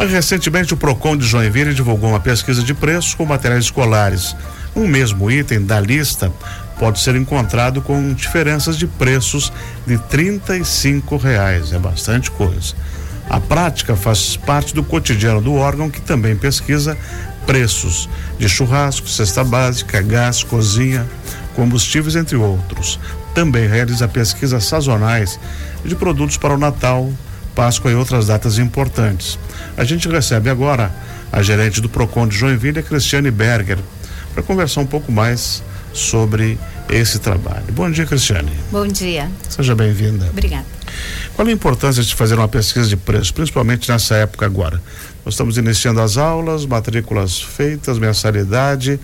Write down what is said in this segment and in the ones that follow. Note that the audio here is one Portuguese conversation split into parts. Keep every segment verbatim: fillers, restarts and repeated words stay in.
Mas recentemente o Procon de Joinville divulgou uma pesquisa de preços com materiais escolares. Um mesmo item da lista pode ser encontrado com diferenças de preços de trinta e cinco reais. É bastante coisa. A prática faz parte do cotidiano do órgão, que também pesquisa preços de churrasco, cesta básica, gás, cozinha, combustíveis, entre outros. Também realiza pesquisas sazonais de produtos para o Natal, Páscoa e outras datas importantes. A gente recebe agora a gerente do Procon de Joinville, a Cristiane Berger, para conversar um pouco mais sobre esse trabalho. Bom dia, Cristiane. Bom dia. Seja bem-vinda. Obrigada. Qual a importância de fazer uma pesquisa de preço, principalmente nessa época agora? Nós estamos iniciando as aulas, matrículas feitas, mensalidade,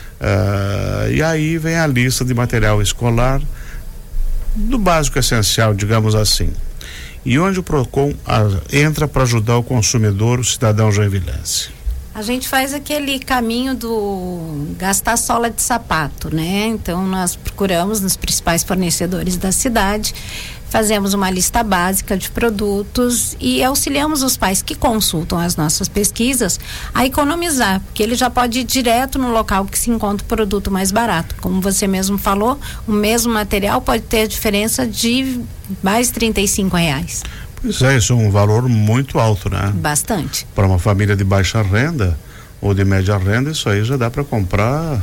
uh, e aí vem a lista de material escolar, do básico essencial, digamos assim. E onde o Procon a, entra para ajudar o consumidor, o cidadão joinvilense? A gente faz aquele caminho do gastar sola de sapato, né? Então nós procuramos nos principais fornecedores da cidade, fazemos uma lista básica de produtos e auxiliamos os pais que consultam as nossas pesquisas a economizar, porque ele já pode ir direto no local que se encontra o produto mais barato. Como você mesmo falou, o mesmo material pode ter a diferença de mais trinta e cinco reais. Pois é, isso é um valor muito alto, né? Bastante. Para uma família de baixa renda ou de média renda, isso aí já dá para comprar,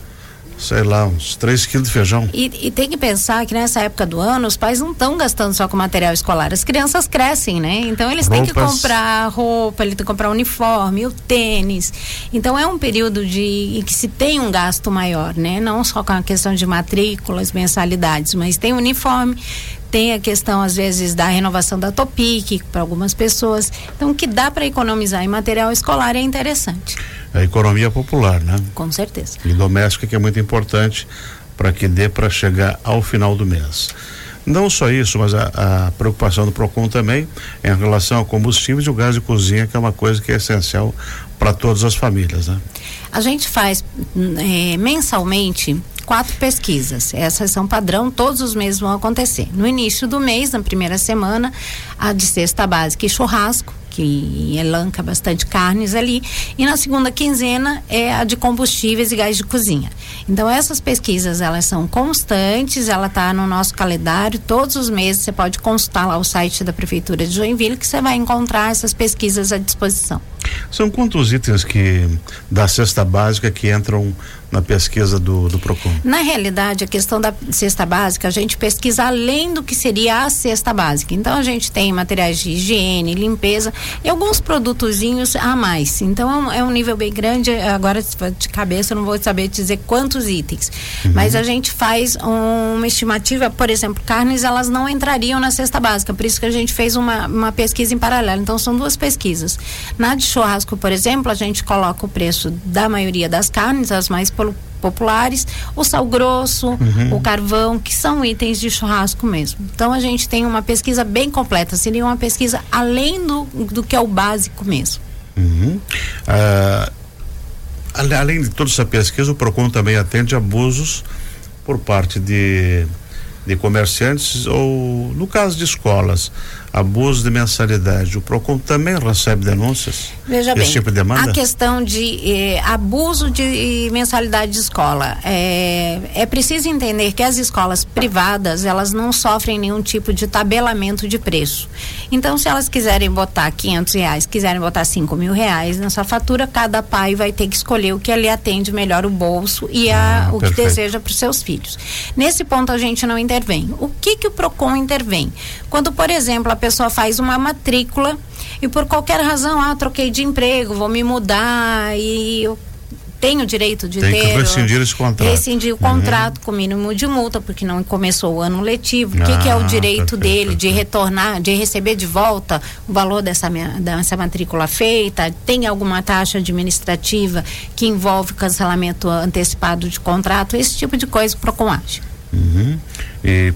sei lá, uns três quilos de feijão. E, e tem que pensar que nessa época do ano os pais não estão gastando só com material escolar, as crianças crescem, né? Então eles Roupas. têm que comprar roupa, eles têm que comprar uniforme, o tênis. Então é um período de em que se tem um gasto maior, né? Não só com a questão de matrículas, mensalidades, mas tem uniforme, tem a questão às vezes da renovação da Topic para algumas pessoas. Então o que dá para economizar em material escolar é interessante. A economia popular, né? Com certeza. E doméstica, que é muito importante para que dê para chegar ao final do mês. Não só isso, mas a, a preocupação do Procon também em relação a combustíveis e o gás de cozinha, que é uma coisa que é essencial para todas as famílias, né? A gente faz é, mensalmente quatro pesquisas. Essas são padrão, todos os meses vão acontecer. No início do mês, na primeira semana, a de cesta básica e churrasco, que elenca bastante carnes ali, e na segunda quinzena é a de combustíveis e gás de cozinha. Então essas pesquisas, elas são constantes, ela está no nosso calendário, todos os meses você pode consultar lá o site da Prefeitura de Joinville, que você vai encontrar essas pesquisas à disposição. São quantos itens que da cesta básica que entram na pesquisa do, do Procon? Na realidade, a questão da cesta básica, a gente pesquisa além do que seria a cesta básica. Então a gente tem materiais de higiene, limpeza e alguns produtozinhos a mais. Então é um, é um nível bem grande. Agora de cabeça eu não vou saber dizer quantos itens, uhum. Mas a gente faz um, uma estimativa. Por exemplo, carnes, elas não entrariam na cesta básica, por isso que a gente fez uma, uma pesquisa em paralelo. Então são duas pesquisas. Na de churrasco, por exemplo, a gente coloca o preço da maioria das carnes, as mais populares, o sal grosso, uhum. o carvão, que são itens de churrasco mesmo. Então a gente tem uma pesquisa bem completa, seria uma pesquisa além do, do que é o básico mesmo. Uhum. Ah, além de toda essa pesquisa, o Procon também atende abusos por parte de de comerciantes ou, no caso de escolas, abuso de mensalidade. O Procon também recebe denúncias? Veja esse bem, tipo de demanda? A questão de eh, abuso de mensalidade de escola, é, é preciso entender que as escolas privadas, elas não sofrem nenhum tipo de tabelamento de preço. Então, se elas quiserem botar quinhentos reais, quiserem botar cinco mil reais na sua fatura, cada pai vai ter que escolher o que lhe atende melhor o bolso e a, ah, o perfeito. que deseja para os seus filhos. Nesse ponto a gente não intervém. O que que o Procon intervém? Quando, por exemplo, a pessoa faz uma matrícula e por qualquer razão, ah, troquei de emprego, vou me mudar e eu tenho o direito de Tem ter... Tem que rescindir esse contrato. Rescindir o contrato uhum. com mínimo de multa, porque não começou o ano letivo. O ah, que que é o direito perfeito, dele perfeito. de retornar, de receber de volta o valor dessa, dessa matrícula feita? Tem alguma taxa administrativa que envolve cancelamento antecipado de contrato? Esse tipo de coisa o Procon age. Uhum. E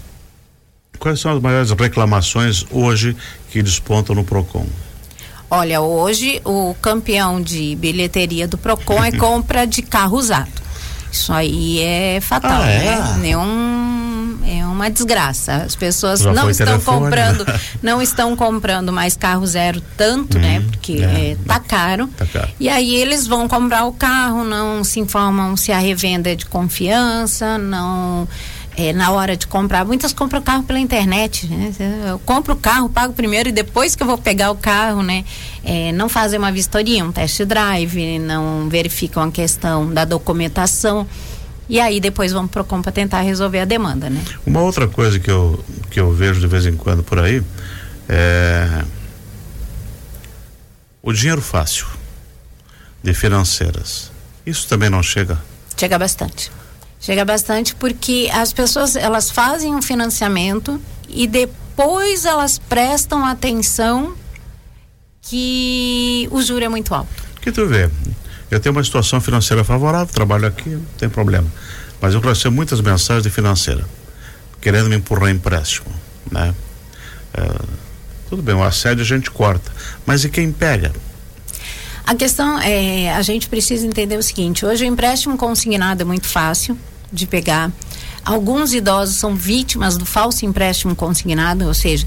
quais são as maiores reclamações hoje que despontam no Procon? Olha, hoje o campeão de bilheteria do Procon é compra de carro usado. Isso aí é fatal, ah, é? né? É, um, é uma desgraça. As pessoas Já não estão telefone, comprando, né? não estão comprando mais carro zero tanto, hum, né? Porque é, é, tá caro. Tá caro. E aí eles vão comprar o carro, não se informam se a revenda é de confiança, não... É, na hora de comprar, muitas compram o carro pela internet, né? Eu compro o carro, pago primeiro e depois que eu vou pegar o carro, né? É, não fazem uma vistoria, um test drive, não verificam a questão da documentação e aí depois vão pro Procon para tentar resolver a demanda, né? Uma outra coisa que eu, que eu vejo de vez em quando por aí é o dinheiro fácil de financeiras. Isso também não chega? Chega bastante. Chega bastante porque as pessoas, elas fazem um financiamento e depois elas prestam atenção que o juro é muito alto. Que tu vê, eu tenho uma situação financeira favorável, trabalho aqui, não tem problema. Mas eu recebo muitas mensagens de financeira, querendo me empurrar empréstimo, né? É, tudo bem, o assédio a gente corta, mas e quem pega? A questão é, a gente precisa entender o seguinte, hoje o empréstimo consignado é muito fácil de pegar. Alguns idosos são vítimas do falso empréstimo consignado, ou seja,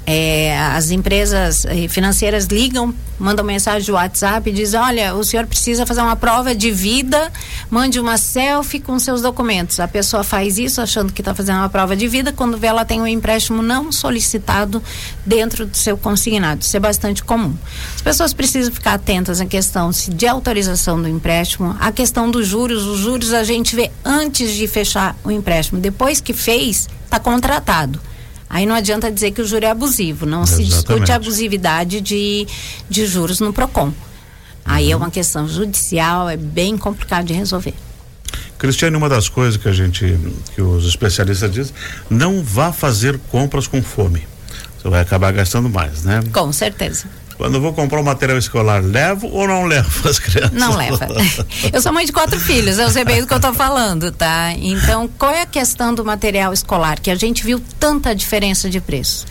é, as empresas eh, financeiras ligam, mandam mensagem de WhatsApp e dizem, olha, o senhor precisa fazer uma prova de vida, mande uma selfie com seus documentos. A pessoa faz isso achando que está fazendo uma prova de vida, quando vê ela tem um empréstimo não solicitado dentro do seu consignado. Isso é bastante comum. As pessoas precisam ficar atentas à questão de autorização do empréstimo, a questão dos juros. Os juros a gente vê antes de fechar o empréstimo. Depois que fez, está contratado. Aí não adianta dizer que o juro é abusivo. Não Exatamente. Se discute a abusividade de, de juros no Procon. Aí uhum. é uma questão judicial, é bem complicado de resolver. Cristiane, uma das coisas que a gente, que os especialistas dizem, não vá fazer compras com fome. Você vai acabar gastando mais, né? Com certeza. Quando eu vou comprar um material escolar, levo ou não levo as crianças? Não leva. Eu sou mãe de quatro filhos, eu sei bem do que eu tô falando, tá? Então, qual é a questão do material escolar? Que a gente viu tanta diferença de preço.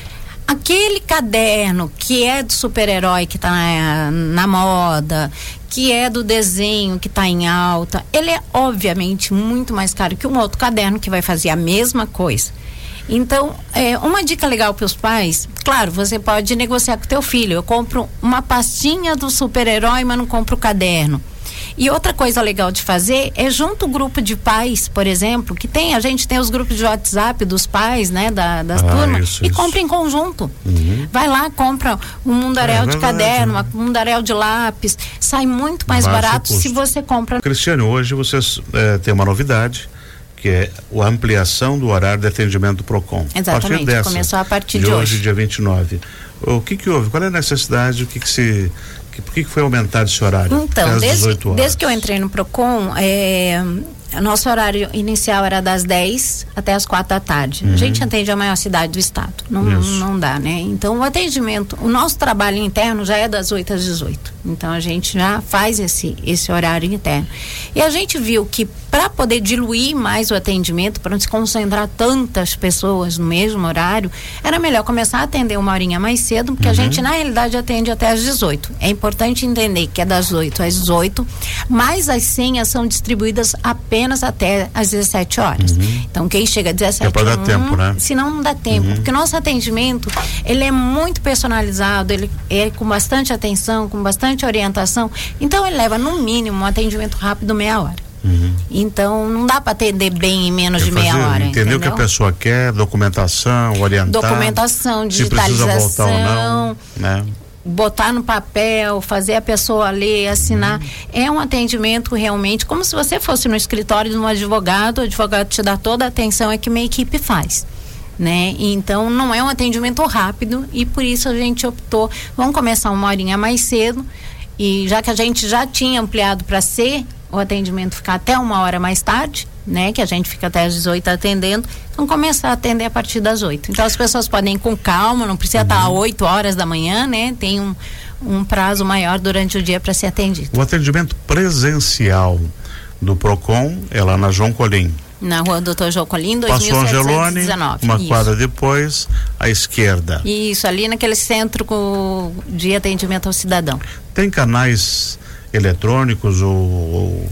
Aquele caderno que é do super-herói que tá na, na moda, que é do desenho que tá em alta, ele é obviamente muito mais caro que um outro caderno que vai fazer a mesma coisa. Então, é, uma dica legal para os pais, claro, você pode negociar com o teu filho. Eu compro uma pastinha do super-herói, mas não compro o caderno. E outra coisa legal de fazer é junto o grupo de pais, por exemplo, que tem, a gente tem os grupos de WhatsApp dos pais, né, da, das ah, turmas, isso, e isso. compra em conjunto. Uhum. Vai lá, compra um mundaréu é, de caderno, um mundaréu de lápis, sai muito mais Baixo barato custo. Se você compra. Cristiane, hoje vocês é, têm uma novidade, que é a ampliação do horário de atendimento do Procon. Exatamente, a dessa, começou a partir de, de hoje. hoje, dia vinte e nove. O que que houve? Qual é a necessidade? O que que se... Que, por que que foi aumentado esse horário? Então, desde, desde que eu entrei no Procon, é, nosso horário inicial era das dez até as quatro da tarde. Uhum. A gente atende a maior cidade do estado. Não, não dá, né? Então, o atendimento, o nosso trabalho interno já é das oito às dezoito. Então, a gente já faz esse, esse horário interno. E a gente viu que para poder diluir mais o atendimento, para não se concentrar tantas pessoas no mesmo horário, era melhor começar a atender uma horinha mais cedo, porque uhum. a gente, na realidade, atende até às dezoito. É importante entender que é das oito às dezoito, mas as senhas são distribuídas apenas até às dezessete horas. Uhum. Então, quem chega às dezessete horas, é para dar tempo, né? Senão não dá tempo, uhum. porque o nosso atendimento, ele é muito personalizado, ele é com bastante atenção, com bastante orientação, então ele leva no mínimo um atendimento rápido, meia hora. Uhum. Então não dá para atender bem em menos de meia hora. Entender o que a pessoa quer, documentação, orientar. Documentação, digitalização, se precisa voltar ou não, né? Botar no papel, fazer a pessoa ler, assinar. Uhum. É um atendimento realmente como se você fosse no escritório de um advogado, o advogado te dá toda a atenção, é que minha equipe faz. Né? Então não é um atendimento rápido e por isso a gente optou, vamos começar uma horinha mais cedo, e já que a gente já tinha ampliado para ser o atendimento ficar até uma hora mais tarde, né? Que a gente fica até às dezoito atendendo, então começar a atender a partir das oito. Então as pessoas podem ir com calma, não precisa uhum. estar às oito horas da manhã, né? Tem um, um prazo maior durante o dia para ser atendido. O atendimento presencial do Procon é lá na João Colim. Na rua doutor João Colim, dois mil setecentos e dezenove. Uma Isso. quadra depois, à esquerda. Isso, ali naquele centro de atendimento ao cidadão. Tem canais eletrônicos ou, ou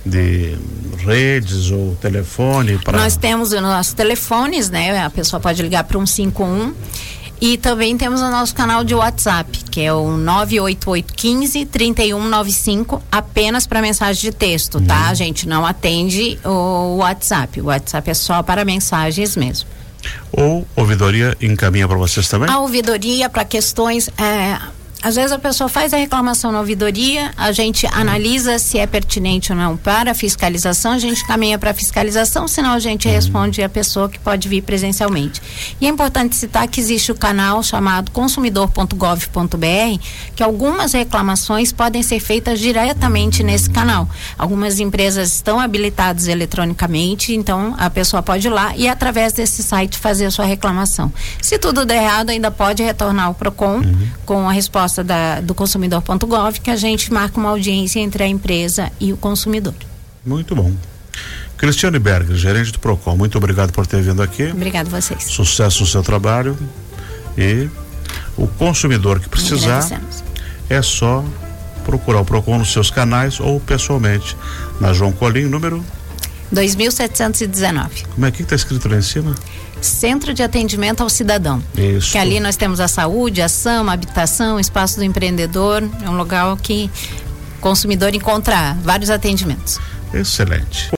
de redes ou telefone para... Nós temos os nossos telefones, né? A pessoa pode ligar para um cinco um. E também temos o nosso canal de WhatsApp, que é o nove oito oito um cinco, três um nove cinco, apenas para mensagem de texto, tá? Uhum. A gente não atende o WhatsApp. O WhatsApp é só para mensagens mesmo. Ou ouvidoria encaminha para vocês também? A ouvidoria para questões... É, às vezes a pessoa faz a reclamação na ouvidoria, a gente analisa se é pertinente ou não para a fiscalização, a gente caminha para a fiscalização, senão a gente responde a pessoa que pode vir presencialmente. E é importante citar que existe o canal chamado consumidor ponto gov ponto br, que algumas reclamações podem ser feitas diretamente nesse canal. Algumas empresas estão habilitadas eletronicamente, então a pessoa pode ir lá e através desse site fazer a sua reclamação. Se tudo der errado, ainda pode retornar ao PROCON uhum. com a resposta Da, do consumidor ponto gov, que a gente marca uma audiência entre a empresa e o consumidor. Muito bom. Cristiane Berger, gerente do PROCON, muito obrigado por ter vindo aqui. Obrigado a vocês. Sucesso no seu trabalho, e o consumidor que precisar é só procurar o PROCON nos seus canais ou pessoalmente na João Colim, número dois mil setecentos e dezenove. Como é que está escrito lá em cima? Centro de Atendimento ao Cidadão. Isso. Que ali nós temos a saúde, a ação, a habitação, o espaço do empreendedor. É um local que o consumidor encontra vários atendimentos. Excelente.